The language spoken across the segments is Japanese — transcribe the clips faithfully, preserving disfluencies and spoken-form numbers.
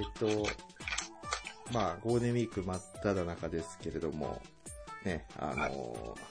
っと、まあ、ゴールデンウィーク真っ只中ですけれども、ね、あのーはい、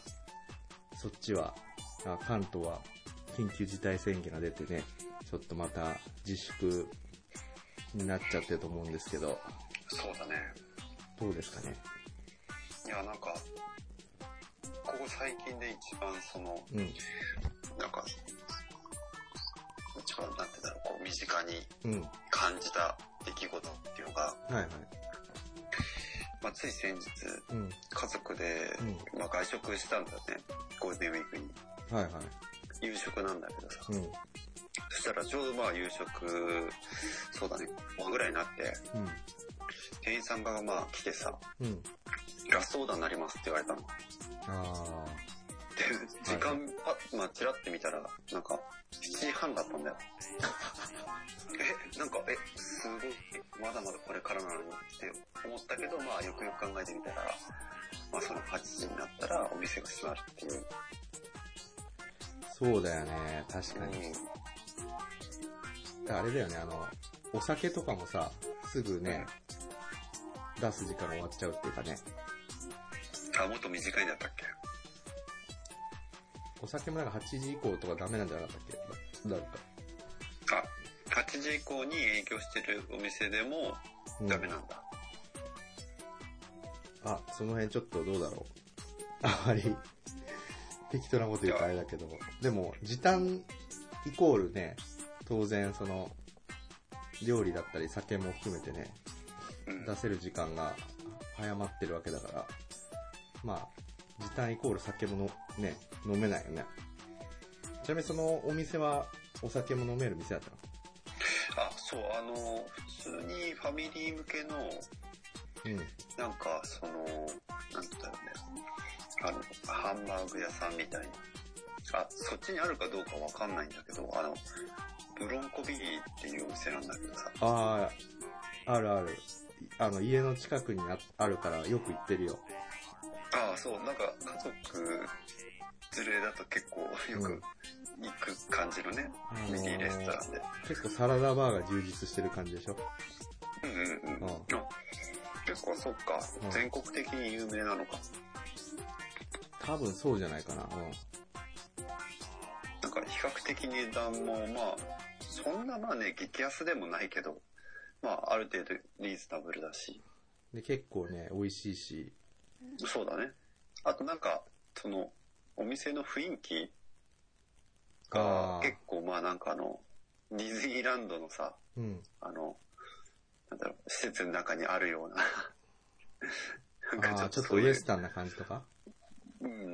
そっちは、あ、関東は緊急事態宣言が出てね、ちょっとまた自粛になっちゃってると思うんですけど。 そうだね。 どうですかね。 いや、なんか、ここ最近で一番その、うん、なんか、一番なんてだろう、こう身近に感じた出来事っていうのが、 うん、はいはい。 まあ、つい先日、うん、家族で、うん、まあ、外食したんだよね、ゴールデンウィークに。 はいはい。 夕食なんだけどさ。 うん、 そしたらちょうどまあ夕食、そうだね、ご飯ぐらいになって、うん、店員さんがまあ来てさ、うん、ラストオーダーになりますって言われたの。 あで、時間パッ、まあチラって見たら、なんか、しちじはんだったんだよ。え、なんか、え、すごい、まだまだこれからなのにって思ったけど、まあよくよく考えてみたら、まあそのはちじになったらお店が閉まるっていう。 そうだよね、確かに。うん、あれだよね、あの、お酒とかもさ、すぐね、うん、出す時間が終わっちゃうっていうかね。 あ、もっと短いんだったっけ？ お酒もなんかはちじ以降とかダメなんじゃなかったっけ？誰か。 あ、はちじ以降に営業してるお店でもダメなんだ。 うん、あ、その辺ちょっとどうだろう。あまり適当なこと言うとあれだけど、でも時短イコールね、当然その料理だったり酒も含めてね、うん、出せる時間が早まってるわけだから、まあ時短イコール酒ものね、飲めないよね。ちなみにそのお店はお酒も飲める店だったの？ あ、そう、あの普通にファミリー向けの、うん、なんかそのなんて言ったらね、あのハンバーグ屋さんみたいな、あ、そっちにあるかどうかわかんないんだけど、あのブロンコビリーっていうお店なんだけどさ。 ああ、あるある。あの家の近くに あ, あるからよく行ってるよ。 ああ、そう、なんか家族連れだと結構よく行く感じのね、うん、ミニレストランで。 結構サラダバーが充実してる感じでしょ？ うんうんうん。うん、結構そっか、うん、全国的に有名なのか。 多分そうじゃないかな。うん、 なんか比較的値段もまあ、そんなまあね、激安でもないけど、まあある程度リーズナブルだし。 で、結構ね、美味しいし。 そうだね。あとなんか、その、お店の雰囲気が結構まあなんかあの、ディズニーランドのさ、うん、あの、なんだろう、施設の中にあるような。 なんかちょっとちょっとウエスタンな感じとか？ うんうんうん。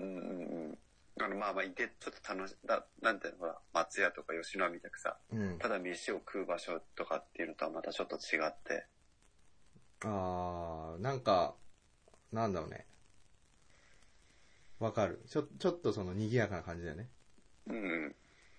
あの、まあまあいて、ちょっと楽し、だ、なんていうの、ほら、松屋とか吉野家みたくさ、うん、ただ飯を食う場所とかっていうのとはまたちょっと違って。 あー、なんか、なんだろうね。わかる。ちょ、ちょっとその賑やかな感じだよね。 うん。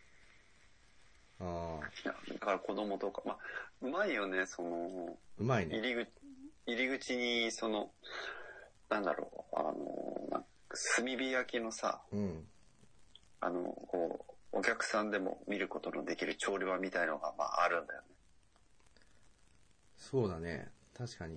ああ。 いや、だから子供とか、まあ、うまいよね、その、 うまいね。 入り口、入り口に、その、なんだろう、あの、なんか炭火焼きのさ、うん、あの、こう、お客さんでも見ることのできる調理場みたいのが、まあ、あるんだよね。 そうだね。確かに。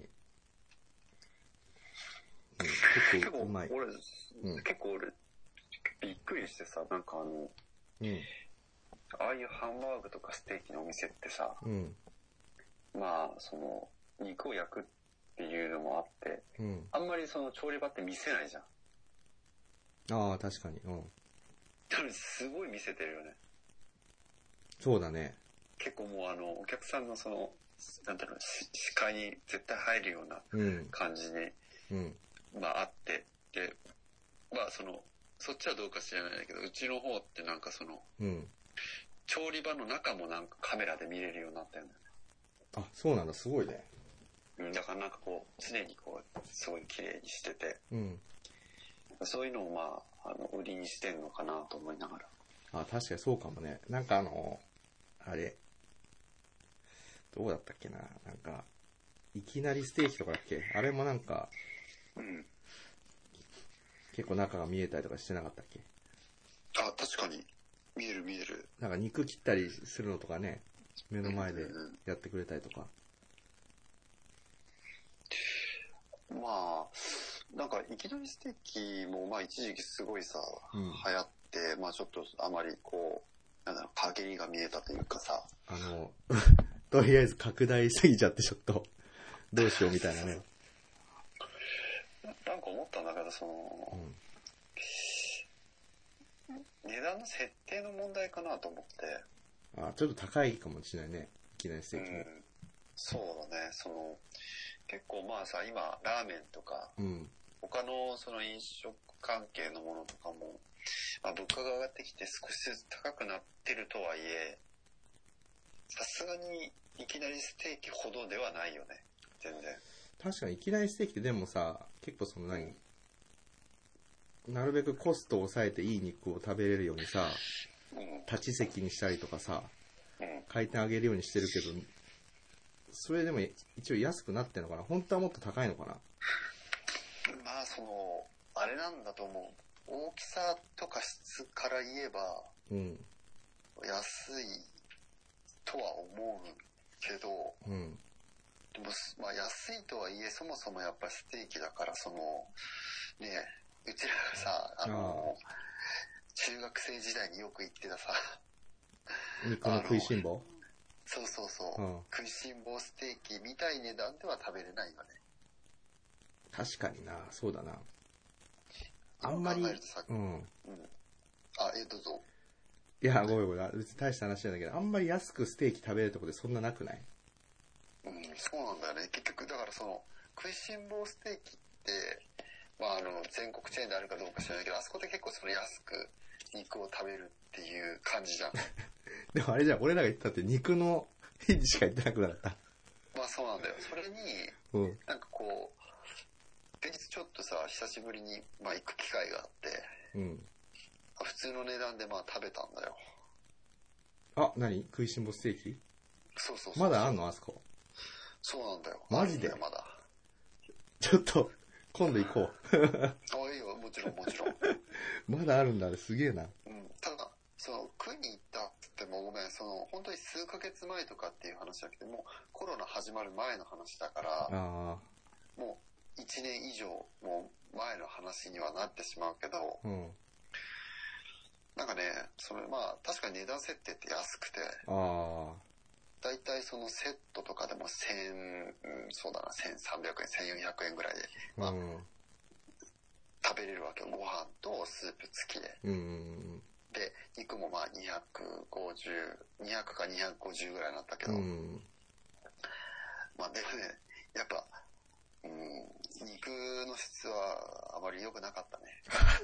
うん、結構うまい。俺、うん、結構俺、びっくりしてさ、なんかあの、うん、ああいうハンバーグとかステーキのお店ってさ、うん、まあ、その、肉を焼くっていうのもあって、うん、あんまりその調理場って見せないじゃん。 ああ、確かに。うん。 多分すごい見せてるよね。 そうだね。 結構もうあの、お客さんのその、なんだろう、視界に絶対入るような感じに、うんうん、まああって、で、まあその、そっちはどうか知らないけど、うちの方ってなんかその、うん、調理場の中もなんかカメラで見れるようになったよね。 あ、そうなんだ、すごいね。 うん、だからなんかこう、常にこう、すごい綺麗にしてて、うん、そういうのをまあ、あの、売りにしてんのかなと思いながら。 あ、確かにそうかもね。なんかあの、あれ、どうだったっけな、なんか、いきなりステーキとかだっけ？あれもなんか、うん、結構中が見えたりとかしてなかったっけ？ あ、確かに。見える見える。 なんか肉切ったりするのとかね、目の前でやってくれたりとか。 まあ、なんか、いきなりステーキも、まあ、一時期すごいさ、うん、流行って、まあ、ちょっとあまりこう、なんだろう、陰りが見えたというかさ。 あの、とりあえず拡大すぎちゃってちょっと、どうしようみたいなね。 なんか思ったんだけど、その、うん、値段の設定の問題かなと思って。 あ、ちょっと高いかもしれないね。いきなりステーキも。うん、 そうだね。その、結構まあさ、今、ラーメンとか、うん、他のその飲食関係のものとかも、まあ、物価が上がってきて少しずつ高くなってるとはいえ、さすがにいきなりステーキほどではないよね。全然。 確かにいきなりステーキってでもさ、結構その何、うん、なるべくコストを抑えていい肉を食べれるようにさ、うん、立ち席にしたりとかさ、うん、回転上げるようにしてるけど、それでも一応安くなってんのかな。本当はもっと高いのかな。 まあそのあれなんだと思う。大きさとか質から言えば、うん、安いとは思うけど、うん、でもまあ安いとはいえそもそもやっぱステーキだからそのね、うちらがさあのあ中学生時代によく言ってたさ、 肉の食いしん坊。 そうそうそう、うん、食いしん坊ステーキみたい値段では食べれないよね。 確かにな、そうだな。あんまり、うん、うん。 あ、え、どうぞ。 いや、ごめんごめん、別に大した話なんだけど、あんまり安くステーキ食べるとこでそんななくない？ うん、そうなんだよね。結局、だからその、食いしん坊ステーキって、まああの、全国チェーンであるかどうか知らないけど、あそこで結構その安く肉を食べるっていう感じじゃん。 でもあれじゃん、俺らが言ったって肉の日にしか言ってなくなった。 まあそうなんだよ。それに、うん、なんかこう、先日ちょっとさ、久しぶりに、まあ、行く機会があって、うん、普通の値段でまあ食べたんだよ。 あ、何？食いしん坊ステーキ？ そうそうそう。 まだあんのあそこ？ そうなんだよ。 マジで？ まだ。 ちょっと、今度行こう。 あ、いいよ、もちろんもちろん。 まだあるんだ、あれすげえな。 うん、ただ、その、食いに行ったってもごめん、その、本当に数ヶ月前とかっていう話だけど、もうコロナ始まる前の話だから、あもういちねん以上も前の話にはなってしまうけど、うん、なんかね、それまあ確かに値段設定って安くて、あだいたいそのセットとかでもせん、うん、そうだな、せんさんびゃくえん、せんよんひゃくえんぐらいで、まあ、うん、食べれるわけよ。ご飯とスープ付きで。うん、で、肉もまあにひゃくごじゅう、にひゃくかにひゃくごじゅうぐらいになったけど、うん、まあでもね、やっぱ、うん、肉の質はあまり良くなかったね。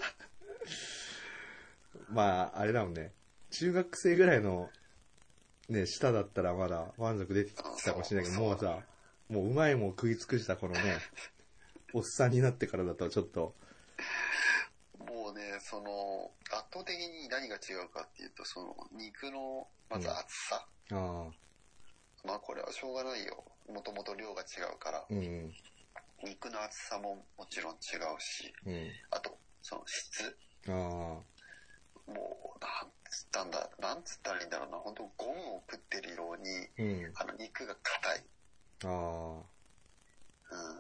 まあ、あれだもんね。中学生ぐらいの、ね、舌だったらまだ満足出てきたかもしれないけど、もうさ、もううまいもん食い尽くしたこのね、おっさんになってからだとちょっと。 もうね、その、圧倒的に何が違うかっていうと、その、肉の、まず厚さ。うん、あまあこれはしょうがないよ。もともと量が違うから。うん、肉の厚さももちろん違うし、うん、あと、その質。あもう、なんつったんだ、なんつったらいいんだろうな、本当ゴムを食ってるように、うん、あの肉が硬い。あうん。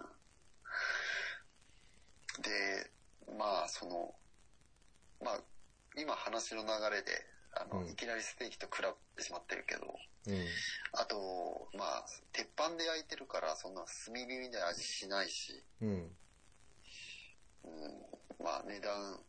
で、まあ、その、まあ、今話の流れで、あの、うん、いきなりステーキと比べてしまってるけど、うん、あと、まあ、鉄板で焼いてるから、そんな炭火みたいな味しないし、うんうん、まあ、値段、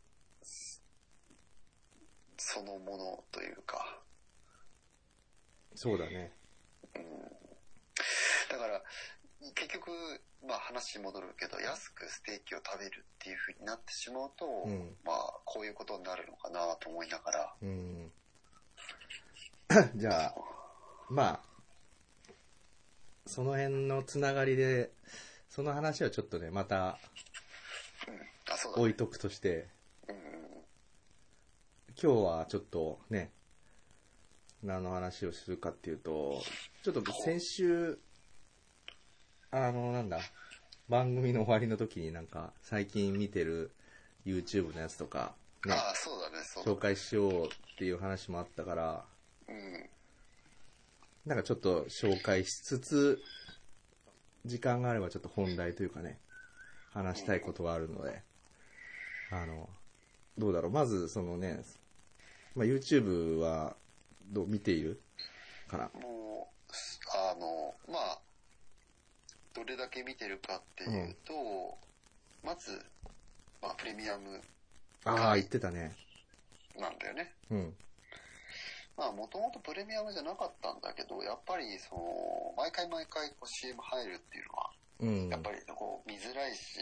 そのものというか。 そうだね。 うん、だから、結局、まあ話戻るけど、安くステーキを食べるっていう風になってしまうと、うん、まあ、こういうことになるのかなと思いながら。うん、 じゃあ、まあ、その辺のつながりで、その話はちょっとね、また、置いとくとして、うん、今日はちょっとね、何の話をするかっていうと、ちょっと先週、あの、なんだ、番組の終わりの時になんか、最近見てる YouTube のやつとか、 ね、ああ、そうだね、そうだね。 紹介しようっていう話もあったから、うん、なんかちょっと紹介しつつ、時間があればちょっと本題というかね、 話したいことがあるので、あの、どうだろう。まず、そのね、まあ、YouTube はどう見ているかな。 もう、あの、まあ、どれだけ見てるかっていうと、うん、まず、まあ、プレミアム。 ああ、言ってたね。 なんだよね。 うん。 まあ、もともとプレミアムじゃなかったんだけど、やっぱり、その、毎回毎回こう シーエム 入るっていうのは、うん、やっぱりこう見づらいし、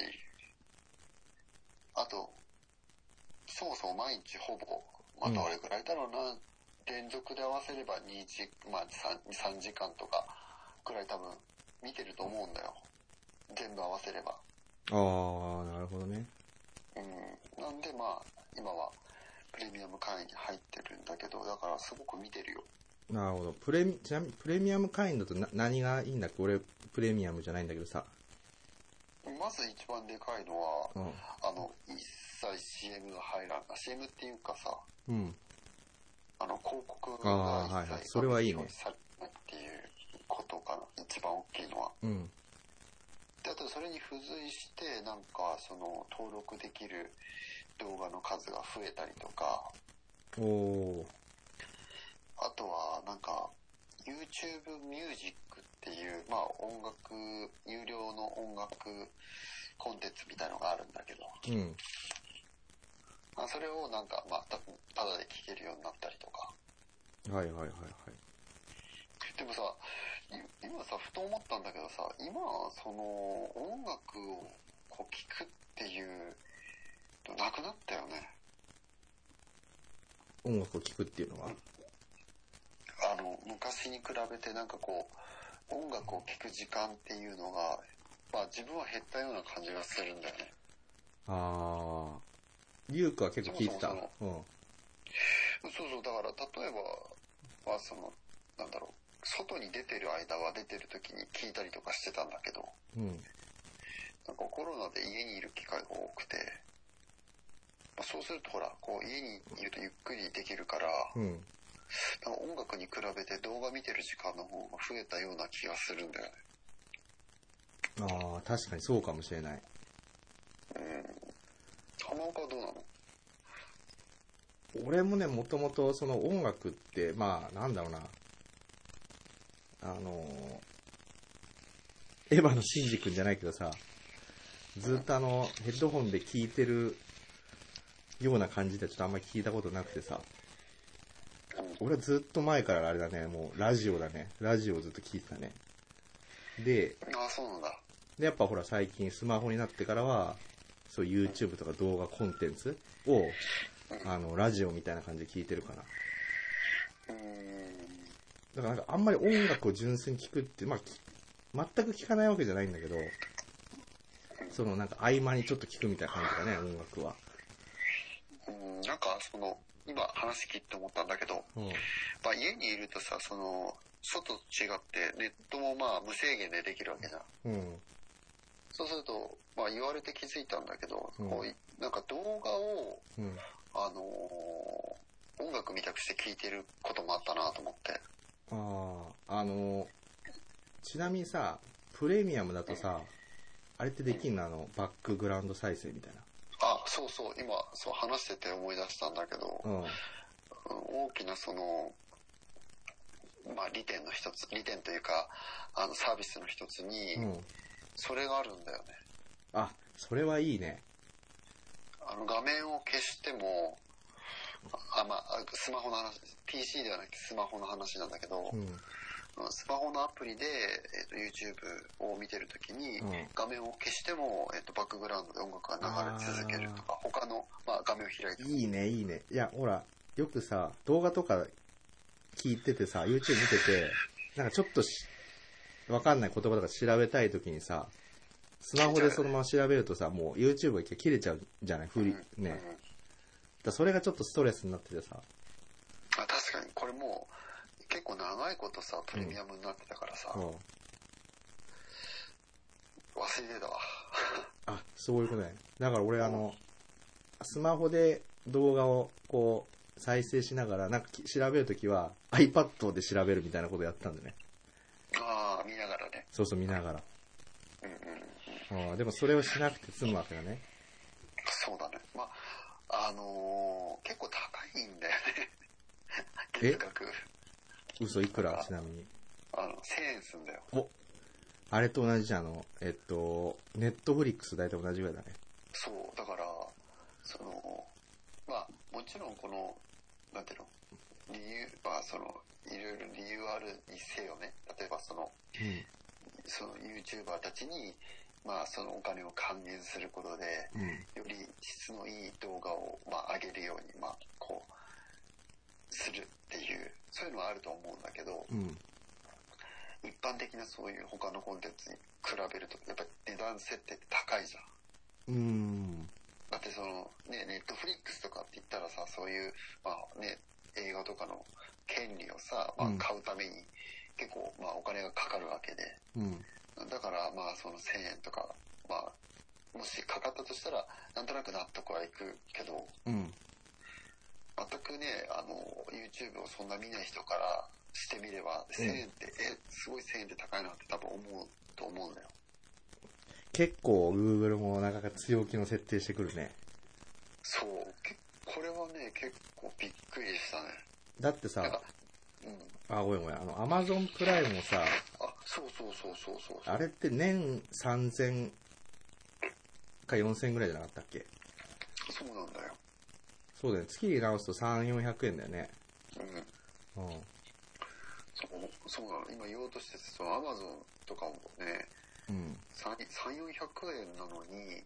あと、そもそも毎日ほぼ、まあどれくらいだろうな、うん、連続で合わせればにじ、まあ 3, さんじかんとかくらい多分見てると思うんだよ。全部合わせれば。ああ、なるほどね。 うん。なんでまあ、今はプレミアム会員に入ってるんだけど、だからすごく見てるよ。なるほど。プレミ、ちなみにプレミアム会員だとな何がいいんだっけ？俺、プレミアムじゃないんだけどさ。 まず一番でかいのは、うん、あの、一切 シーエム が入らん。シーエム っていうかさ、うん。あの、広告が一切、 はいはい、それはいいね。 されないっていうことかな。一番大きいのは。うん。で、あとそれに付随して、なんか、その、登録できる動画の数が増えたりとか。おー。あとは、なんか、YouTube Music っていう、まあ音楽、有料の音楽コンテンツみたいのがあるんだけど。うん。まあそれをなんか、まあた、ただで聴けるようになったりとか。 はいはいはいはい。 でもさ、今さ、ふと思ったんだけどさ、今、その、音楽をこう聴くっていう、なくなったよね。 音楽を聴くっていうのは、 あの、昔に比べてなんかこう、音楽を聴く時間っていうのが、まあ自分は減ったような感じがするんだよね。 ああ。リュウクは結構聴いてた。そもそもうん。そうそう、だから例えば、まあその、なんだろう、外に出てる間は出てる時に聴いたりとかしてたんだけど、うん。なんかコロナで家にいる機会が多くて、まあ、そうするとほら、こう家にいるとゆっくりできるから、うん。なんか音楽に比べて動画見てる時間の方が増えたような気がするんだよね。 ああ、確かにそうかもしれない。 うん。浜岡はどうなの？ 俺もね、もともとその音楽って、まあ、なんだろうな。あの、エヴァのシンジ君じゃないけどさ、ずっとあの、ヘッドホンで聴いてるような感じでちょっとあんまり聞いたことなくてさ、俺はずっと前からあれだね、もうラジオだね。ラジオをずっと聞いてたね。で、 ああ、そうなんだ。 で、やっぱほら最近スマホになってからは、そう YouTube とか動画コンテンツを、あの、ラジオみたいな感じで聞いてるかな。だからなんかあんまり音楽を純粋に聞くって、まあ、全く聞かないわけじゃないんだけど、そのなんか合間にちょっと聞くみたいな感じだね、音楽は。 うん、なんかその、今話聞いて思ったんだけど、うん、まあ家にいるとさ、その、外と違ってネットもまあ無制限でできるわけじゃん。うん、そうすると、まあ言われて気づいたんだけど、うん、こうなんか動画を、うん、あのー、音楽みたくして聴いてることもあったなと思って。 ああ、あのー、ちなみにさ、プレミアムだとさ、うん、あれってできんの、あの、バックグラウンド再生みたいな。 あ、そうそう、今、そう話してて思い出したんだけど、うん、大きなその、まあ利点の一つ、利点というか、あのサービスの一つに、うん、それがあるんだよね。 あ、それはいいね。 あの画面を消しても、あ、まあ、スマホの話、ピーシー ではなくてスマホの話なんだけど、うん、スマホのアプリで、えーと、YouTube を見てるときに、うん、画面を消しても、えーと、バックグラウンドで音楽が流れ続けるとか、他の、まあ、画面を開いても。 いいね、いいね。いや、ほら、よくさ、動画とか聞いててさ、YouTube 見てて、なんかちょっとし、わかんない言葉とか調べたいときにさ、スマホでそのまま調べるとさ、もう YouTube が一回切れちゃうじゃない、ふり、うん、ね。うん、だそれがちょっとストレスになっててさ。 あ、確かに、これもう、結構長いことさ、プレミアムになってたからさ、うん、忘れてたわ。 あ、そういうことね。だから俺あの、スマホで動画をこう再生しながらなんか調べるときは iPad で調べるみたいなことやったんでね。 ああ、見ながらね。 そうそう見ながら。 うんうんうん。 ああ、でもそれをしなくて済むわけだね。 そうだね。まあ、あのー、結構高いんだよね。月額。 嘘、いくらちなみに。 あの、せんえんすんだよ。 お、あれと同じじゃん、あの、えっと、ネットフリックス大体同じぐらいだね。 そう、だから、その、まあ、もちろんこの、なんていうの、理由、まあ、その、いろいろ理由あるにせよね。例えばその、うん、その YouTuber たちに、まあ、そのお金を還元することで、うん、より質のいい動画を、まあ、上げるように、まあ、こう、するっていう、そういうのはあると思うんだけど、うん、一般的なそういう他のコンテンツに比べると、やっぱり値段設定って高いじゃん。うん。だってその、ね、ネットフリックスとかって言ったらさ、そういう、まあね、映画とかの権利をさ、まあ、買うために結構、まあ、お金がかかるわけで、うん、だからまあそのせんえんとか、まあ、もしかかったとしたらなんとなく納得はいくけど、うん、全くね、あの YouTube をそんな見ない人からしてみればせんえんって、うん、えすごいせんえんって高いなって多分思うと思うんだよ。 結構 Google もなかなか強気の設定してくるね。 そう、これはね結構びっくりしたね。 だってさ、うん、あ、ごめんごめん、あの Amazon プライムもさ、 あ、そうそうそうそうそう、 あれって年さんぜんかよんせんぐらいじゃなかったっけ？ そうなんだよ。 そうだよね、月に直すとさんぜんよんひゃくえんだよね。 うん。うん。そう、そうなの。今言おうとしてその Amazon とかもね、うん、さんぜんよんひゃくえんなのに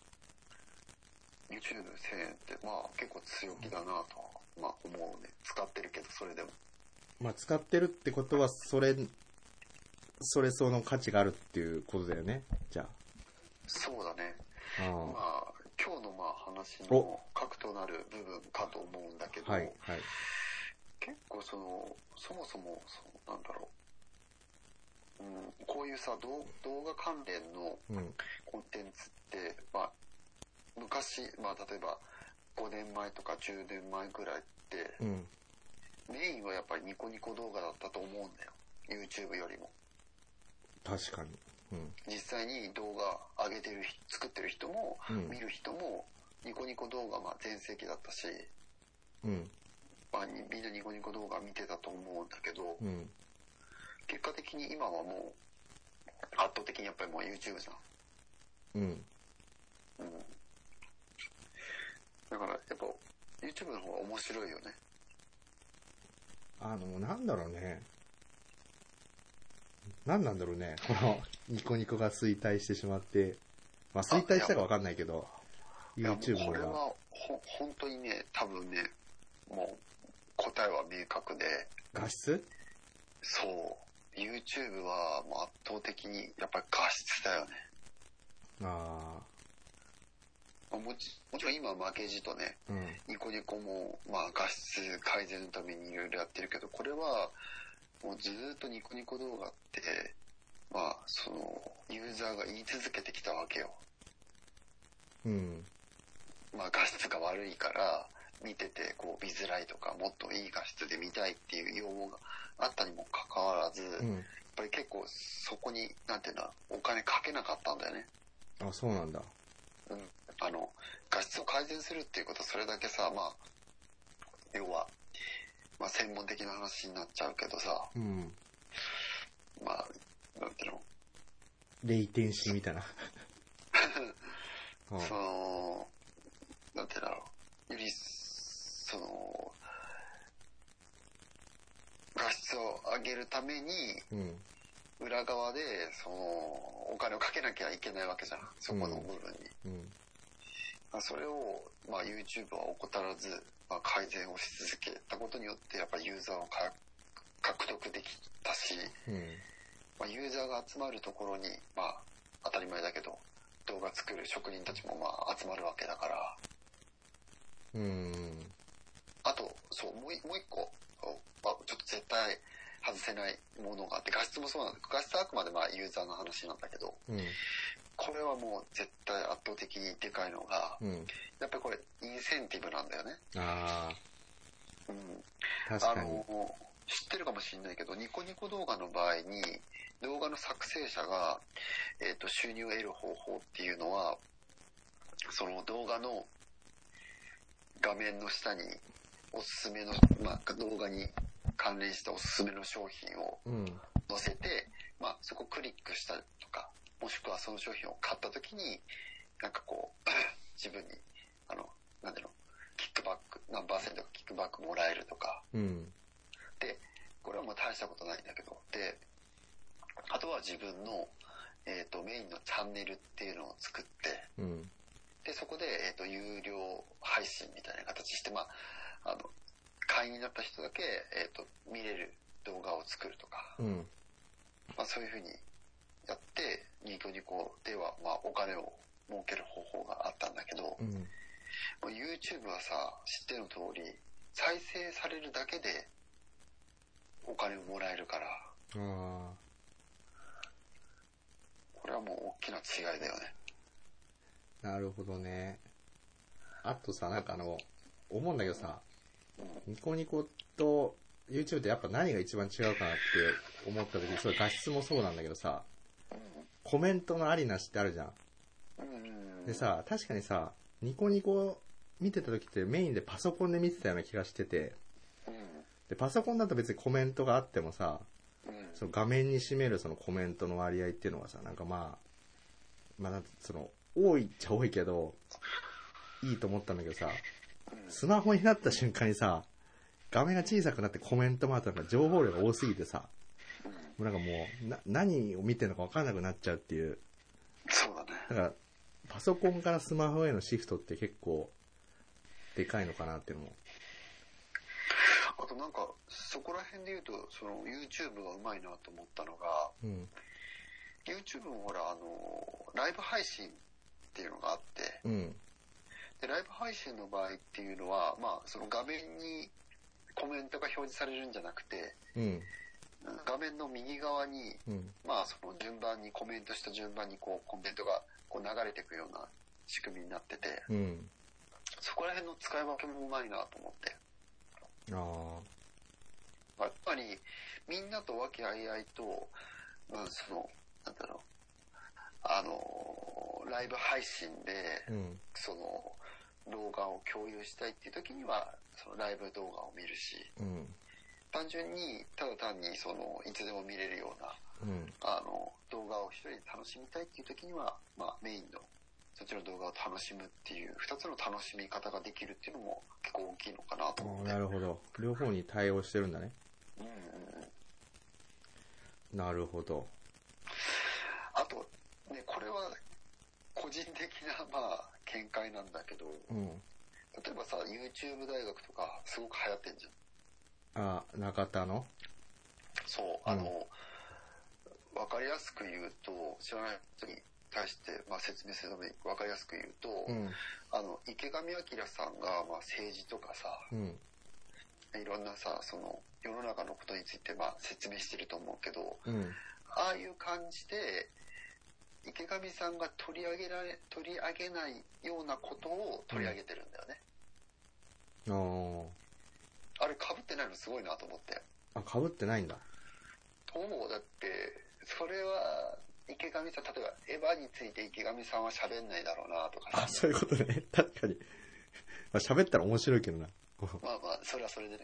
YouTubeせんえんってまあ結構強気だなと、まあ思うね。使ってるけどそれでも。 まあ使ってるってことはそれそれ相の価値があるっていうことだよね。じゃあ。 そうだね。あまあ今日のまあ話の核となる部分かと思うんだけど、はいはい、結構そのそもそもそのなんだろう、うん、こういうさ動画関連のコンテンツって、うん、まあ昔まあ例えばごねんまえとかじゅうねんまえぐらいって、うん、メインはやっぱりニコニコ動画だったと思うんだよ。YouTube よりも。 確かに。うん、 実際に動画上げてる作ってる人も、うん、見る人もニコニコ動画まあ全盛期だったし、うんまあ、みんなニコニコ動画見てたと思うんだけど、うん、結果的に今はもう圧倒的にやっぱりもう YouTube じゃん。うん。うん。だからやっぱ YouTube の方が面白いよね。 あのなんだろうね。何なんだろうね、このニコニコが衰退してしまって、まあ衰退したか分かんないけど、YouTube の方が。これはほ本当にね、多分ね、もう答えは明確で。 画質？ そう。YouTube はもう圧倒的にやっぱり画質だよね。ああ。もち、もちろん今負けじとね、うん、ニコニコもまあ画質改善のためにいろいろやってるけど、これはもうずーっとニコニコ動画って、まあ、その、ユーザーが言い続けてきたわけよ。うん。まあ、画質が悪いから、見てて、こう、見づらいとか、もっといい画質で見たいっていう要望があったにもかかわらず、うん、やっぱり結構そこに、なんていうんだ、お金かけなかったんだよね。 あ、そうなんだ。 うん。あの、画質を改善するっていうことはそれだけさ、まあ、要は、まあ、専門的な話になっちゃうけどさ、うん、まあ、なんていうの？ レイテンシーみたいな。 その、なんていうんだろう。より、その、画質を上げるために、うん、裏側で、その、お金をかけなきゃいけないわけじゃん。そこの部分に。うんうんまあ、それを、まあ、YouTube は怠らず、まあ、改善をし続けたことによって、やっぱりユーザーをか獲得できたし、うんまあ、ユーザーが集まるところに、まあ、当たり前だけど、動画作る職人たちもまあ集まるわけだから。うん。あと、そう、もう、もう一個、まあ、ちょっと絶対外せないものがあって、画質もそうなんだ。画質はあくまでまあユーザーの話なんだけど、うん、これはもう絶対圧倒的にでかいのが、うん、やっぱりこれインセンティブなんだよね。ああ。うん。確かに。あの、知ってるかもしれないけど、ニコニコ動画の場合に、動画の作成者が、 えっと、収入を得る方法っていうのは、その動画の画面の下におすすめの、まあ、動画に関連したおすすめの商品を載せて、うん、まあ、そこをクリックしたとか、もしくはその商品を買った時に、なんかこう、自分に、あの、なんていうの、キックバック、何パーセントかキックバックもらえるとか、うん、で、これはもう大したことないんだけど、で、あとは自分の、えっと、メインのチャンネルっていうのを作って、うん、で、そこで、えっと、有料配信みたいな形して、まあ、あの、会員になった人だけ、えっと、見れる動画を作るとか、うん、まあ、そういうふうにやって、ニコニコでは、まあ、お金を儲ける方法があったんだけど、うん、YouTube はさ、知っての通り、再生されるだけでお金をもらえるから、あ、これはもう大きな違いだよね。 なるほどね。あとさ、なんかあの、思うんだけどさ、うん、ニコニコと YouTube ってやっぱ何が一番違うかなって思った時に、それ画質もそうなんだけどさ、うん、コメントのありなしってあるじゃん。うん、でさ、確かにさ、ニコニコ見てた時ってメインでパソコンで見てたような気がしてて、うん、でパソコンだと別にコメントがあってもさ、うん、その画面に占めるそのコメントの割合っていうのがさ、なんかまあ、まあなんてその、多いっちゃ多いけど、いいと思ったんだけどさ、スマホになった瞬間にさ、画面が小さくなってコメントもあったら情報量が多すぎてさ、もうなんかもう、な、何を見てるのか分かんなくなっちゃうっていう。 そうだね。 だから、パソコンからスマホへのシフトって結構、でかいのかなっていうのも。 あとなんか、そこら辺で言うと、その YouTube がうまいなと思ったのが、うん、YouTube もほら、あの、ライブ配信っていうのがあって、うん、で、ライブ配信の場合っていうのは、まあ、その画面にコメントが表示されるんじゃなくて、うん、画面の右側に、うん、まあ、その順番に、コメントした順番にこう、コメントがこう流れていくような仕組みになってて、うん、そこら辺の使い分けもうまいなと思って。ああ。やっぱり、みんなと和気あいあいと、まあ、その、なんだろう、あの、ライブ配信で、うん、その、動画を共有したいっていう時には、そのライブ動画を見るし、うん、単純に、ただ単に、その、いつでも見れるような、うん、あの、動画を一人で楽しみたいっていう時には、まあ、メインの、そっちの動画を楽しむっていう、二つの楽しみ方ができるっていうのも結構大きいのかなと思って。 なるほど。両方に対応してるんだね。うんうん、なるほど。 あと、ね、これは個人的な、まあ、見解なんだけど、うん、例えばさ、YouTube 大学とかすごく流行ってんじゃん。あ、中田の？ そう、あの、うん、わかりやすく言うと、知らない人に対して、まあ、説明するためにわかりやすく言うと、うん、あの、池上彰さんが、まあ、政治とかさ、うん、いろんなさ、その、世の中のことについて、まあ、説明してると思うけど、うん、ああいう感じで、池上さんが取り上げられ、取り上げないようなことを取り上げてるんだよね。うん、あれ被ってないのすごいなと思って。 あ、被ってないんだ。 思う。だって、それは、池上さん、例えばエヴァについて池上さんは喋んないだろうなとか。 あ、そういうことね。確かに。まあ喋ったら面白いけどな。 まあまあ、それはそれでね。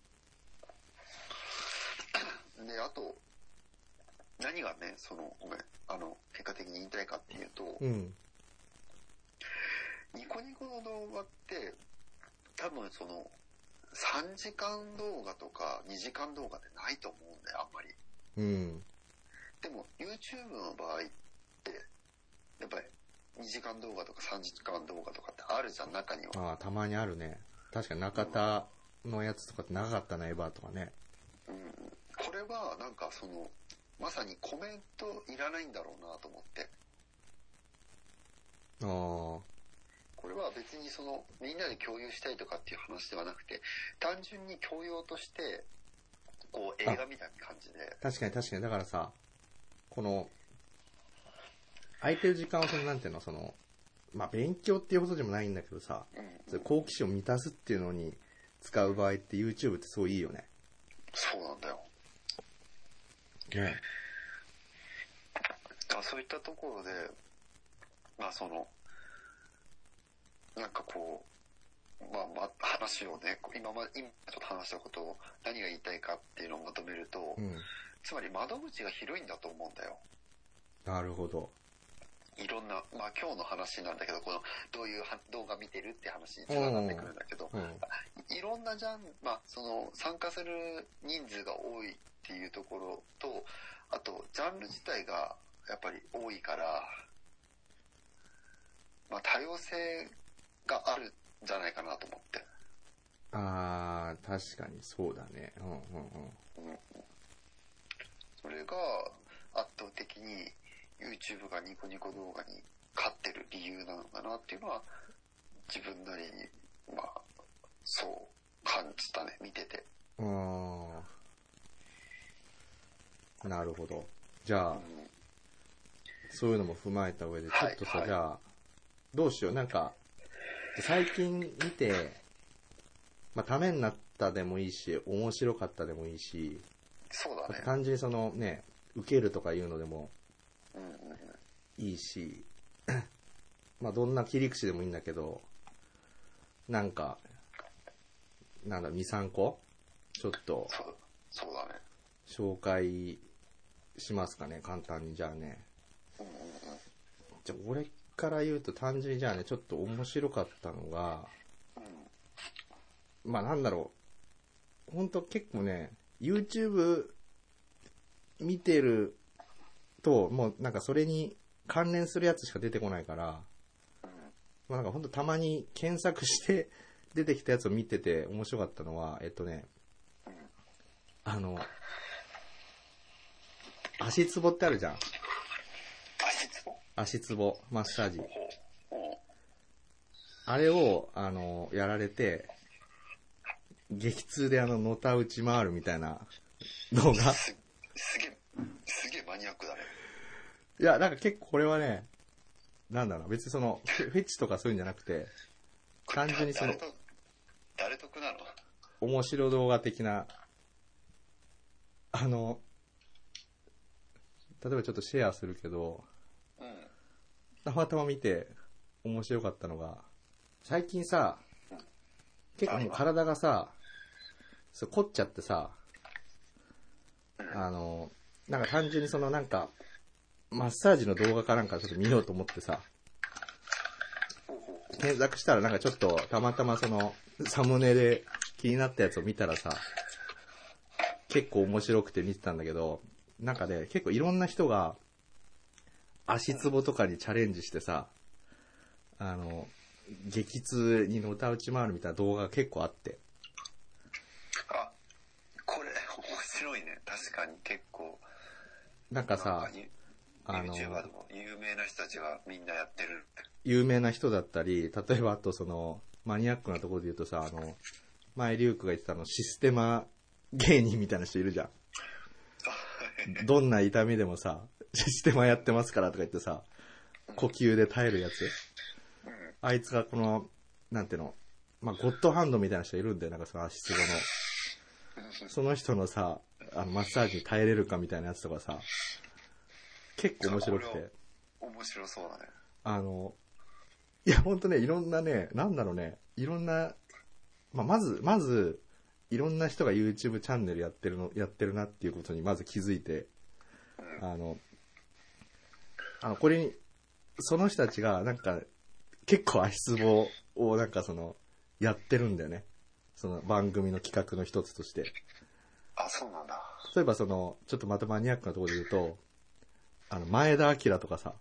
で、あと、何がね、その、ごめん、あの、結果的に言いたいかっていうと、うん、ニコニコの動画って、多分その、さんじかん動画とかにじかん動画ってないと思うんだよ、あんまり。うん。でも、YouTube の場合って、やっぱりにじかん動画とかさんじかん動画とかってあるじゃん、中には。 ああ、たまにあるね。確かに中田のやつとかって長かったな、エヴァとかね。 うん。これは、なんかその、まさにコメントいらないんだろうなと思って。ああ。これは別にその、みんなで共有したいとかっていう話ではなくて、単純に教養として、こう映画みたいな感じで。 確かに確かに。だからさ、この、空いてる時間をその、なんていうの、その、まあ、勉強っていうことでもないんだけどさ、うんうん、好奇心を満たすっていうのに使う場合って YouTube ってすごいいいよね。 そうなんだよ。 ね、 ああそういったところで、まあその、なんかこう、まあまあ話をね、今ま、今ちょっと話したことを何が言いたいかっていうのをまとめると、うん、つまり窓口が広いんだと思うんだよ。 なるほど。 いろんな、まあ今日の話なんだけど、このどういう動画見てるって話につながってくるんだけど、うんうん、いろんなジャンル、まあその参加する人数が多いっていうところと、あとジャンル自体がやっぱり多いから、まあ多様性があるんじゃないかなと思って。 ああ、確かにそうだね。うんうんうん。うん、 それが圧倒的にYouTube がニコニコ動画に勝ってる理由なのかなっていうのは自分なりにまあそう感じたね、見てて。 ああ、なるほど。じゃあ、うん、そういうのも踏まえた上でちょっとさ、はいはい、じゃあどうしよう、なんか最近見て、まあためになったでもいいし、面白かったでもいいし、 そうだね。 単純にそのね、受けるとかいうのでもいいし、まあどんな切り口でもいいんだけど、なんかなんだに、さんこちょっとそうそうだね。 紹介しますかね、簡単に。じゃあね、 うんうんうん、 じゃあ俺から言うと単純にじゃあね、ちょっと面白かったのが、うん、まあなんだろう、ほんと結構ね YouTube 見てるともうなんかそれに関連するやつしか出てこないから、うん、まあなんかほんとたまに検索して出てきたやつを見てて面白かったのは、えっとね、うん、あの足つぼってあるじゃん。 足つぼ？ 足つぼマッサージ。あれをあのやられて激痛であののたうち回るみたいな動画。 す, すげえすげえマニアックだね。 いやなんか結構これはね、なんだろう、別にそのフェチとかそういうんじゃなくて、単純にその誰得なの？ 面白動画的な、あの例えばちょっとシェアするけど、うん、たまたま見て面白かったのが、最近さ、うん、結構もう体がさ、そう凝っちゃってさ、うん、あのなんか単純にそのなんかマッサージの動画かなんかちょっと見ようと思ってさ、検索したらなんかちょっとたまたまそのサムネで気になったやつを見たらさ、結構面白くて見てたんだけど、なんかね、結構いろんな人が足つぼとかにチャレンジしてさ、あの激痛にのたうち回るみたいな動画が結構あって、 あ、これ面白いね。確かに結構なんかさ、 あの YouTuber でも有名な人たちがみんなやってる。 有名な人だったり、例えばあとそのマニアックなところで言うとさ、あの前リュウクが言ってたのシステマ芸人みたいな人いるじゃん。どんな痛みでもさ、システマやってますからとか言ってさ、呼吸で耐えるやつ、うん、あいつがこのなんていうの、まあゴッドハンドみたいな人いるんだよ、なんかその足つぼのその人のさ、あのマッサージに耐えれるかみたいなやつとかさ、結構面白くて、 面白そうだね。 あのいやほんとね、いろんなね、なんだろうね、いろんな、まあ、まずまずいろんな人が YouTube チャンネルやってるのやってるなっていうことにまず気づいて、うん、あのあのこれにその人たちがなんか結構足つぼをなんかそのやってるんだよね、その番組の企画の一つとして。 あ、そうなんだ。 例えばそのちょっとまたマニアックなところで言うと、あの前田明とかさ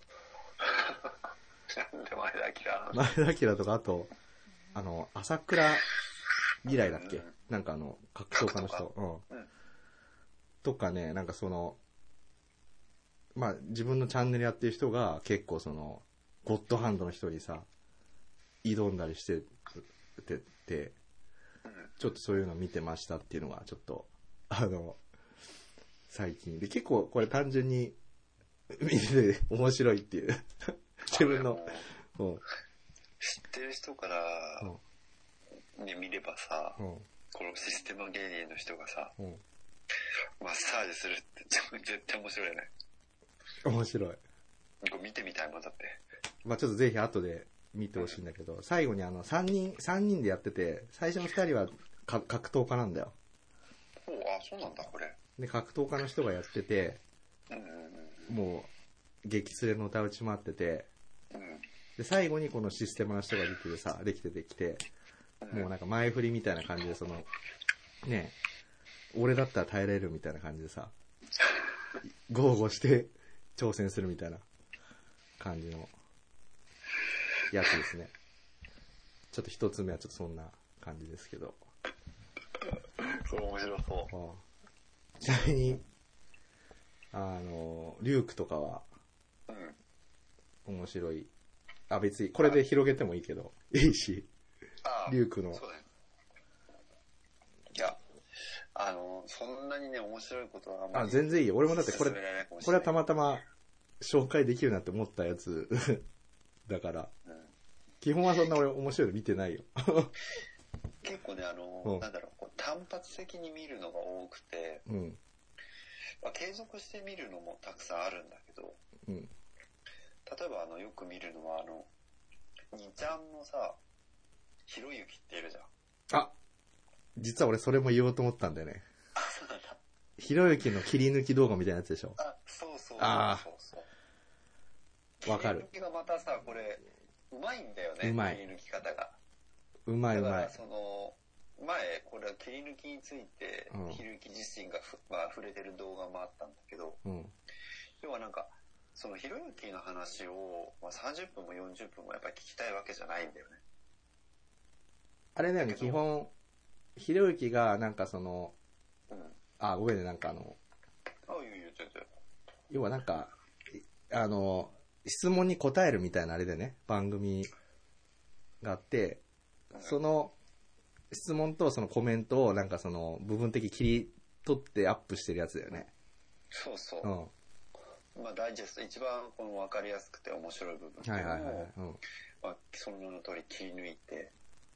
なんで前田明？ 前田明とか、あとあの朝倉未来だっけ、うん、なんかあの格闘家の人、うんうん、とかね、なんかそのまあ自分のチャンネルやってる人が結構そのゴッドハンドの人にさ挑んだりしててて、ちょっとそういうの見てましたっていうのがちょっとあの最近で、結構これ単純に見てて面白いっていう自分の、うん、 知ってる人から、うん、ね、見ればさ、うん、このシステマ芸人の人がさ、うん、マッサージするって絶対面白いよね。 面白い。 これ見てみたいもんだって。 まあちょっとぜひ後で見てほしいんだけど、うん、最後にあのさんにん、さんにんでやってて、最初のふたりはか格闘家なんだよ。 おあ、そうなんだ、これ。 で、格闘家の人がやってて、うんうんうん、もう、激連れの歌打ち回ってて、うん、で、最後にこのシステムの人が出ててさ、できてできて、うん、もうなんか前振りみたいな感じで、その、ね、俺だったら耐えられるみたいな感じでさ、豪語して挑戦するみたいな感じのやつですね。ちょっと一つ目はちょっとそんな感じですけど。 そう面白そう。 ああ、ちなみに、あの、リュークとかは、うん、面白い。あ、別にこれで広げてもいいけど、いいし、リュークの。 そうだよ。いや、あの、そんなにね、面白いことはあんまり。 あ、全然いいよ。俺もだってこれ、これはたまたま紹介できるなって思ったやつだから、うん、基本はそんな俺面白いの見てないよ。 結構ね、あの、うん、なんだろう、こう単発的に見るのが多くて、うん、まあ、継続して見るのもたくさんあるんだけど、うん、例えばあの、よく見るのはあの、にちゃんのさ、ひろゆきっているじゃん。 あ、実は俺それも言おうと思ったんだよね。 あ、そうなんだ。 ひろゆきの切り抜き動画みたいなやつでしょ。 あ、そうそうそうそうそう。 ああ。わかる。 切り抜きがまたさ、これ、うまいんだよね。 うまい。 切り抜き方が。 うまいうまい。 だからその、前、これは切り抜きについて、うん、ひろゆき自身がふ、まあ、触れてる動画もあったんだけど、うん、要はなんか、そのひろゆきの話を、まあ、さんじゅっぷんもよんじゅっぷんもやっぱり聞きたいわけじゃないんだよね。 あれだよね、基本、ひろゆきがなんかその、うん、あ、ごめんね、なんかあの、 あ、いいよいいよ、全然。 要はなんか、あの、質問に答えるみたいなあれでね、番組があって、うん、その質問とそのコメントをなんかその部分的に切り取ってアップしてるやつだよね。 そうそう。うん、まあダイジェスト、一番この分かりやすくて面白い部分っていうのを、はいはいはい、うん、まあ、その名の通り切り抜いて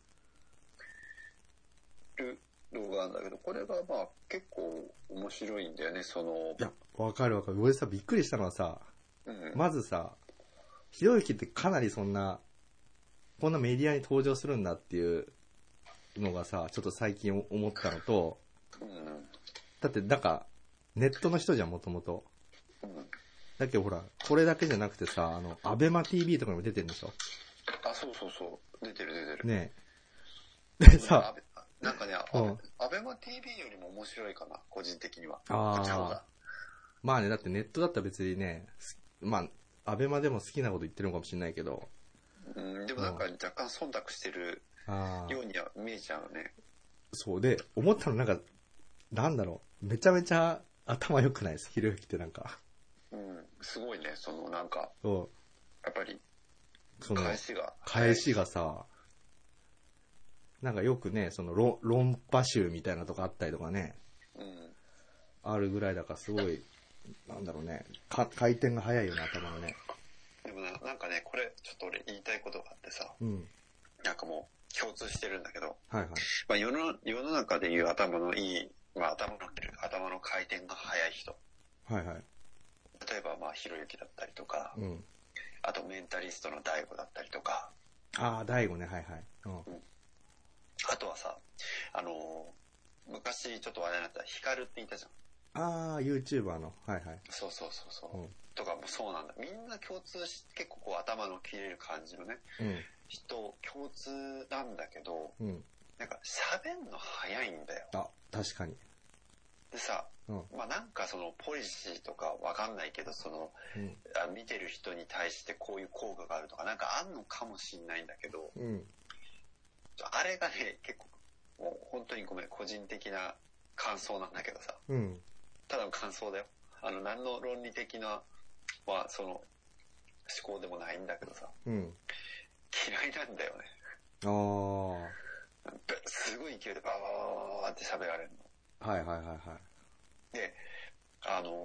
る動画なんだけど、これがまあ結構面白いんだよね、その。 いや、わかるわかる。俺さ、びっくりしたのはさ、うん、まずさ、ひろゆきってかなりそんな、こんなメディアに登場するんだっていうのがさ、ちょっと最近思ったのと、うん、だってなんか、ネットの人じゃん、もともと。だけどほら、これだけじゃなくてさ、あの、アベマ ティービー とかにも出てるんでしょ？ あ、そうそうそう。出てる出てる。 ねえ。でさ、 なんかね、うん、アベマ ティービー よりも面白いかな、個人的には。 ああ。まあね、だってネットだったら別にね、まあ、アベマでも好きなこと言ってるのかもしれないけど。 うん、でもなんか若干忖度してるようには見えちゃうね。 そうで、思ったのなんか、なんだろう、めちゃめちゃ頭良くないです、ひろゆきってなんか。 うん、すごいね、そのなんか、そうやっぱり、 その返しが。 返しがさ、なんかよくね、その論、論破集みたいなとこあったりとかね、うん、あるぐらいだからすごい、なんだろうね、か回転が早いよね、頭のね。 でも な, なんかね、これちょっと俺言いたいことがあってさ、うん、なんかもう共通してるんだけど、はいはい、まあ、世の世の中でいう頭のいい、まあ、頭の頭の回転が速い人、はいはい、例えばまあひろゆきだったりとか、うん、あとメンタリストの大悟だったりとか、 ああ大悟ね、はいはい、うん、 あとはさ、あのー、昔ちょっと話題になったヒカルっていたじゃん。 ああ YouTuber の、はいはい、 そうそうそうそう、うん、とかもそうなんだ。みんな共通し結構こう頭の切れる感じのね、うん、人共通なんだけど、うん、なんか喋んの早いんだよ。 あ、確かに。 でさ、うん、まあなんかそのポリシーとかわかんないけど、その、うん、あ見てる人に対してこういう効果があるとかなんかあんのかもしんないんだけど、うん、あれがね結構もう本当にごめん個人的な感想なんだけどさ、うん、ただの感想だよ。あの何の論理的なまあその思考でもないんだけどさ、うん、嫌いなんだよね。ああ。すごい勢いでバーバーって喋られるの。はいはいはいはい。 で、あの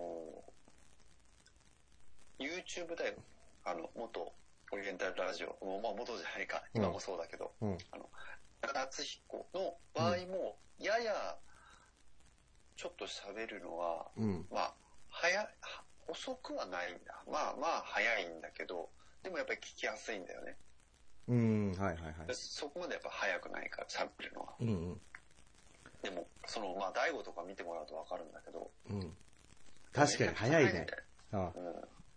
ー、YouTube だよ。あの元オリエンタルラジオ、もうまあ元じゃないか、今もそうだけど、うん、あの中田敦彦の場合も、うん、ややちょっと喋るのは、うん、まあ早遅くはないんだ。まあまあ早いんだけど、でもやっぱり聞きやすいんだよね。 うん、はいはいはい。 そこまでやっぱ早くないから喋るのは。 うんうん。 でも、その、まあ、大悟とか見てもらうとわかるんだけど。 うん。確かに早いね。ああうん。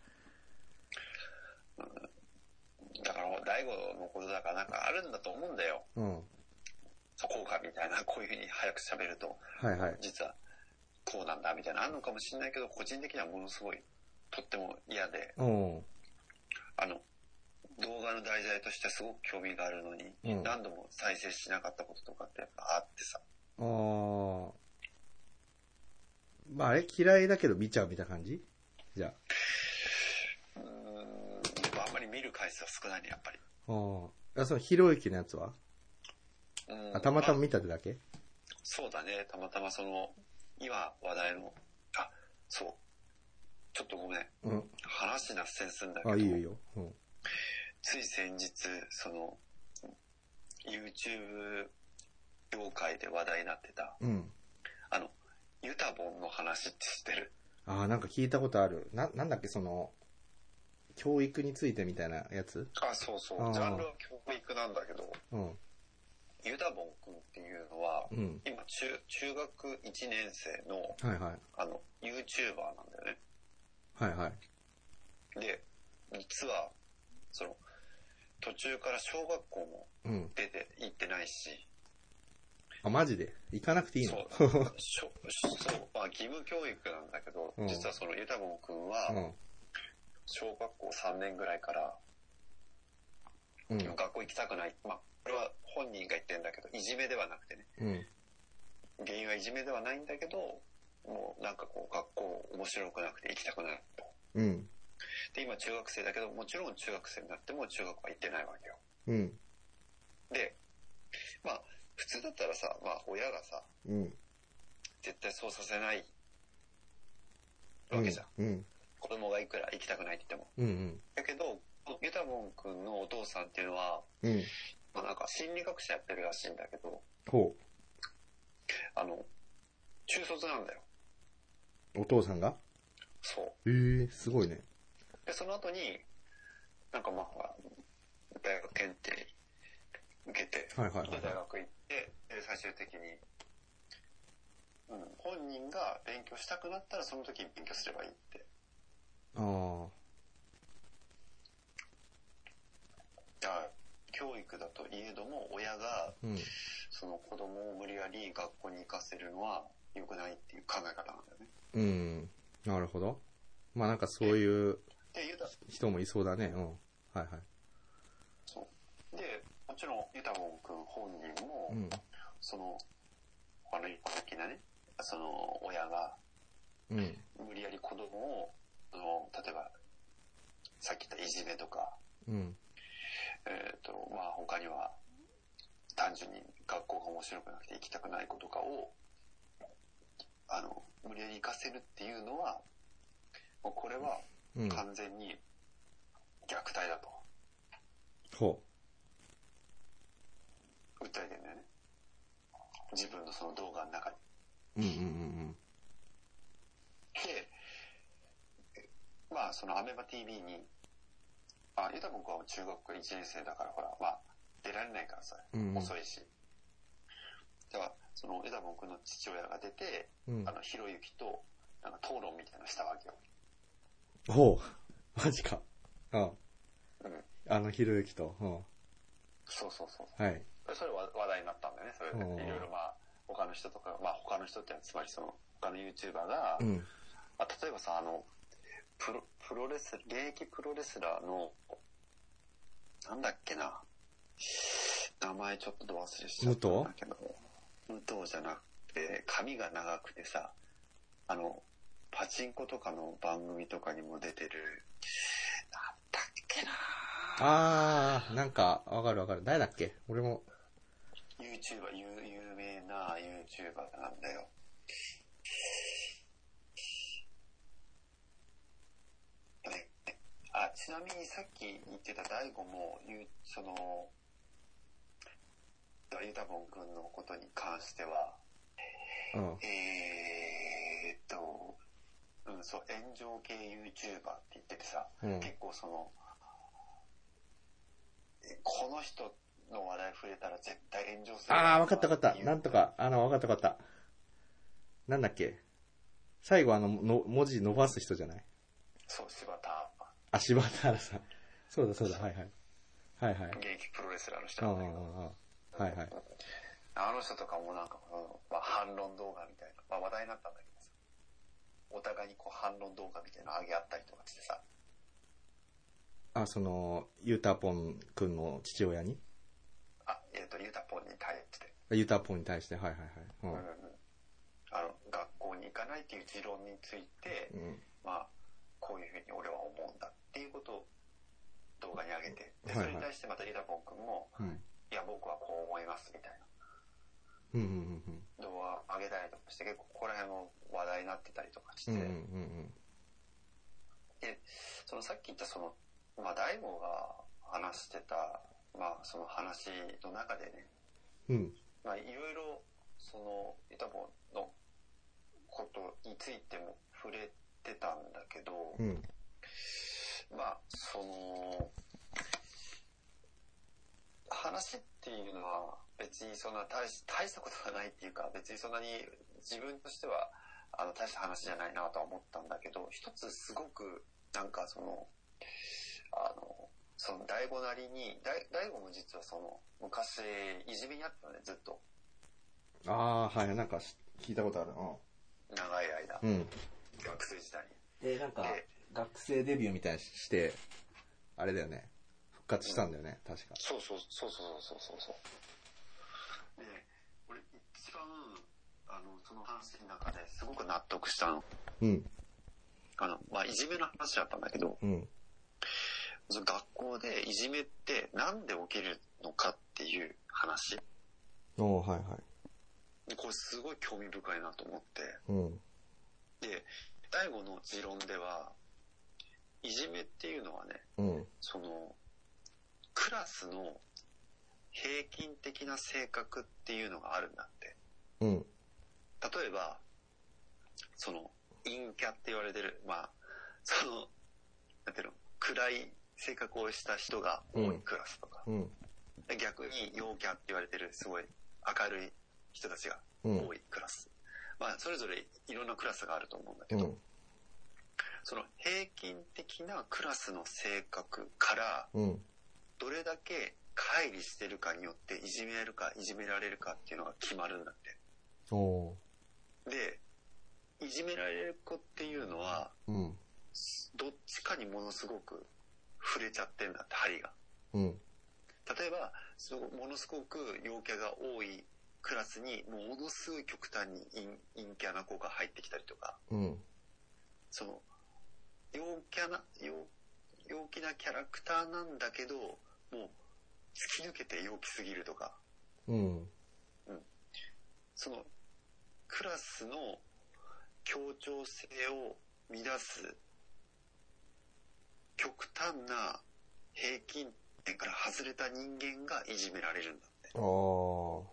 うん。だから、大悟のことだからなんかあるんだと思うんだよ。うん。効果みたいな、こういうふうに早く喋ると。はいはい。実は、こうなんだみたいなあるのかもしれないけど、個人的にはものすごい、とっても嫌で。うん。あの、動画の題材としてすごく興味があるのに、うん、何度も再生しなかったこととかってやっぱあってさ。ああ。 まああれ嫌いだけど見ちゃうみたいな感じじゃあ。 うーん。でもあんまり見る回数は少ないね、やっぱり。 ああ。そのひろゆきのやつはうんあたまたま見たってだけ、まあ、 そうだね。たまたまその、今話題の、あ、そう。ちょっとごめん。うん、話脱線するんだけど。 あ、いいよいいよ。うん、 つい先日、その、YouTube 業界で話題になってた、うん、あの、ユタボンの話って知ってる？ ああ、なんか聞いたことある。な、なんだっけ、その、教育についてみたいなやつ？ あ、そうそう。ジャンルは教育なんだけど、うん、ユタボン君っていうのは、うん、今中、中学いちねん生の、はいはい、あの、YouTuber なんだよね。 はいはい。 で、実は、その、途中から小学校も出て行ってないし、 うん、あ、マジで行かなくていいの？ そう、そう、まあ義務教育なんだけど、うん、実はそのユタボン君は、うん、小学校さんねんぐらいから、うん、学校行きたくない。まあ、これは本人が言ってんだけど、いじめではなくてね。うん、原因はいじめではないんだけど、もうなんかこう、学校面白くなくて行きたくないと。うん。で、今中学生だけど、もちろん中学生になっても中学は行ってないわけよ。うん。で、まあ、普通だったらさ、まあ、親がさ、うん、絶対そうさせないわけじゃん。うん。うん、子供がいくら行きたくないって言っても。うんうん。だけど、ユタボン君のお父さんっていうのは、うん。まあなんか心理学者やってるらしいんだけど、ほう。あの、中卒なんだよ。 お父さんが？ そう。 へえー、すごいね。 で、その後に、なんかまあ、大学検定受けて、はいはいはいはい、大学行って、最終的に、うん、本人が勉強したくなったらその時に勉強すればいいって。ああ。じゃあ、教育だといえども、親が、うん、その子供を無理やり学校に行かせるのは良くないっていう考え方なんだよね。 うん。なるほど。まあなんかそういう人もいそうだね。うん。はいはい。 そう。で、もちろんユタボン君本人も、うん、その他の一般的なね、その親が無理やり子供を、その例えばさっき言ったいじめとか、うん、えっとまあ他には単純に学校が面白くなくて行きたくない子とかをあの無理やり行かせるっていうのはもうこれは完全に虐待だと、うん、ほう訴えてるんだよね、自分のその動画の中に。うんうんうんうん。で、まあそのアメバ ティーブイ に、あ、ユタボン君は中学いちねん生だからほら、まあ出られないからさ、うんうん、遅いし。ではそのユタボン君の父親が出て、うん、あのひろゆきとなんか討論みたいなのしたわけよ。 ほう、マジか。ああ、うん、あのひろゆきと、うん、 そうそうそう。はい。それは話題になったんだよね。それでいろいろまあ他の人とか、まあ他の人ってつまりその他の YouTuber が、うん、あ例えばさあのプロプロレス現役プロレスラーのなんだっけな名前ちょっとど忘れしちゃったんだけど、武藤じゃなくて髪が長くてさあのパチンコとかの番組とかにも出てるなんだっけなあーなんかわかるわかる誰だっけ俺も YouTuber 有有名な YouTuber なんだよ。あちなみにさっき言ってた大悟もそのユタボン君のことに関しては、うん、えーっとうん、そう、炎上系 YouTuber って言っててさ、うん、結構その、この人の話題触れたら絶対炎上する。 ああ、わかったわかった。なんとか、あの、わかったわかった。なんだっけ。最後あのの、文字伸ばす人じゃない？ そう、柴田。 あ、柴田原さん。そうだそうだ、はいはい。はいはい。 現役プロレスラーの人なんだけど。 はいはい。 あの人とかもなんか、まあ、反論動画みたいな、まあ、話題になったんだけどさ、お互いにこう反論動画みたいなの上げ合ったりとかしてさ。 あ、その、ユタポン君の父親に？ あ、えっと、ユタポンに対して。 ユタポンに対して、はいはいはい。うんうんうん、 あの、学校に行かないっていう持論について、うん、まあ、こういうふうに俺は思うんだっていうことを動画に上げて、で、それに対してまたユタポン君も、はいはい、いや、僕はこう思いますみたいな。うんうんうん、動画上げたりとかして結構ここら辺も話題になってたりとかして、うんうんうん、でそのさっき言ったそのまあ大悟が話してたまあその話の中でね、うん、まあいろいろそのユタボのことについても触れてたんだけど、うん、まあその話っていうのは別にそんな大し、大したことがないっていうか別にそんなに自分としてはあの大した話じゃないなとは思ったんだけど、一つすごくなんかそのあのその大悟なりに大悟も実はその昔いじめにあったのねずっと。 ああはいなんか聞いたことあるな。 長い間、うん、学生時代に。でなんか学生デビューみたいにしてあれだよね。復活したんだよね、うん、確か。 そうそうそうそうそうそうそうで俺一番あのその話の中ですごく納得したの、うん、あのまあいじめの話だったんだけど、うん、その学校でいじめってなんで起きるのかっていう話。 おはいはい。 これすごい興味深いなと思って、うん、で大悟の持論ではいじめっていうのはね、うん、そのクラスの平均的な性格っていうのがあるんだって、うん、例えばその陰キャって言われてるまあそのなんていうの暗い性格をした人が多いクラスとか、うん、逆に陽キャって言われてるすごい明るい人たちが多いクラス、うん、まあそれぞれいろんなクラスがあると思うんだけど、うん、その平均的なクラスの性格からどれだけ乖離してるかによっていじめられるかいじめられるかっていうのが決まるんだって。おでいじめられる子っていうのは、うん、どっちかにものすごく触れちゃってんだって針が、うん、例えばそのものすごく陽キャが多いクラスにものすごい極端に陰キャな子が入ってきたりとか、うん、その陽キャな 陽, 陽気なキャラクターなんだけどもう突き抜けて陽気すぎるとか、うんうん、そのクラスの協調性を乱す極端な平均点から外れた人間がいじめられるんだって。あも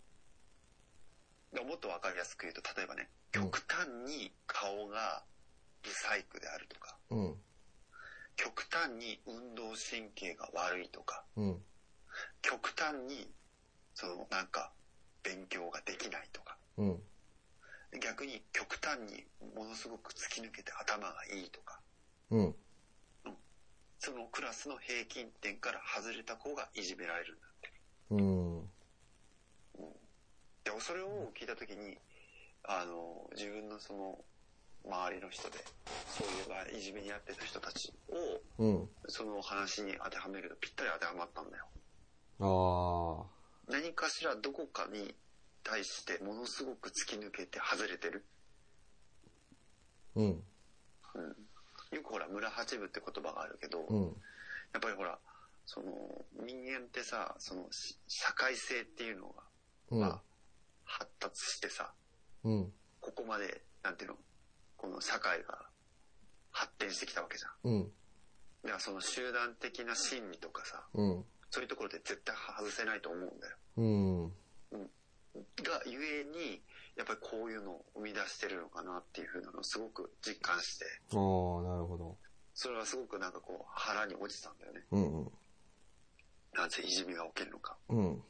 っと分かりやすく言うと例えばね、極端に顔がブサイクであるとか、うん、極端に運動神経が悪いとか、うん、極端にそのなんか勉強ができないとか、うん、逆に極端にものすごく突き抜けて頭がいいとか、うん、そのクラスの平均点から外れた子がいじめられるんだって、うんうん、でそれを聞いた時にあの自分のその周りの人でそういう場合いじめに遭ってた人たちを、うん、その話に当てはめるとぴったり当てはまったんだよ。あ何かしらどこかに対してものすごく突き抜けて外れてる、うんうん、よくほら村八分って言葉があるけど、うん、やっぱりほらその人間ってさその社会性っていうのが、うんまあ、発達してさ、うん、ここまでなんていうのこの社会が発展してきたわけじゃん、うん、だからその集団的な心理とかさ、うん、そういうところで絶対外せないと思うんだよ、うんうん、 がゆえに、やっぱりこういうのを生み出してるのかなっていう風なのをすごく実感して。 ああ、なるほど。 それはすごくなんかこう腹に落ちたんだよね。 うんうん。 なぜいじめが起きるのか。 うん。うん。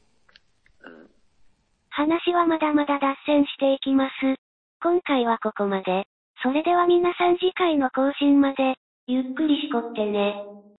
話はまだまだ脱線していきます。今回はここまで。それでは皆さん次回の更新まで、ゆっくりしこってね。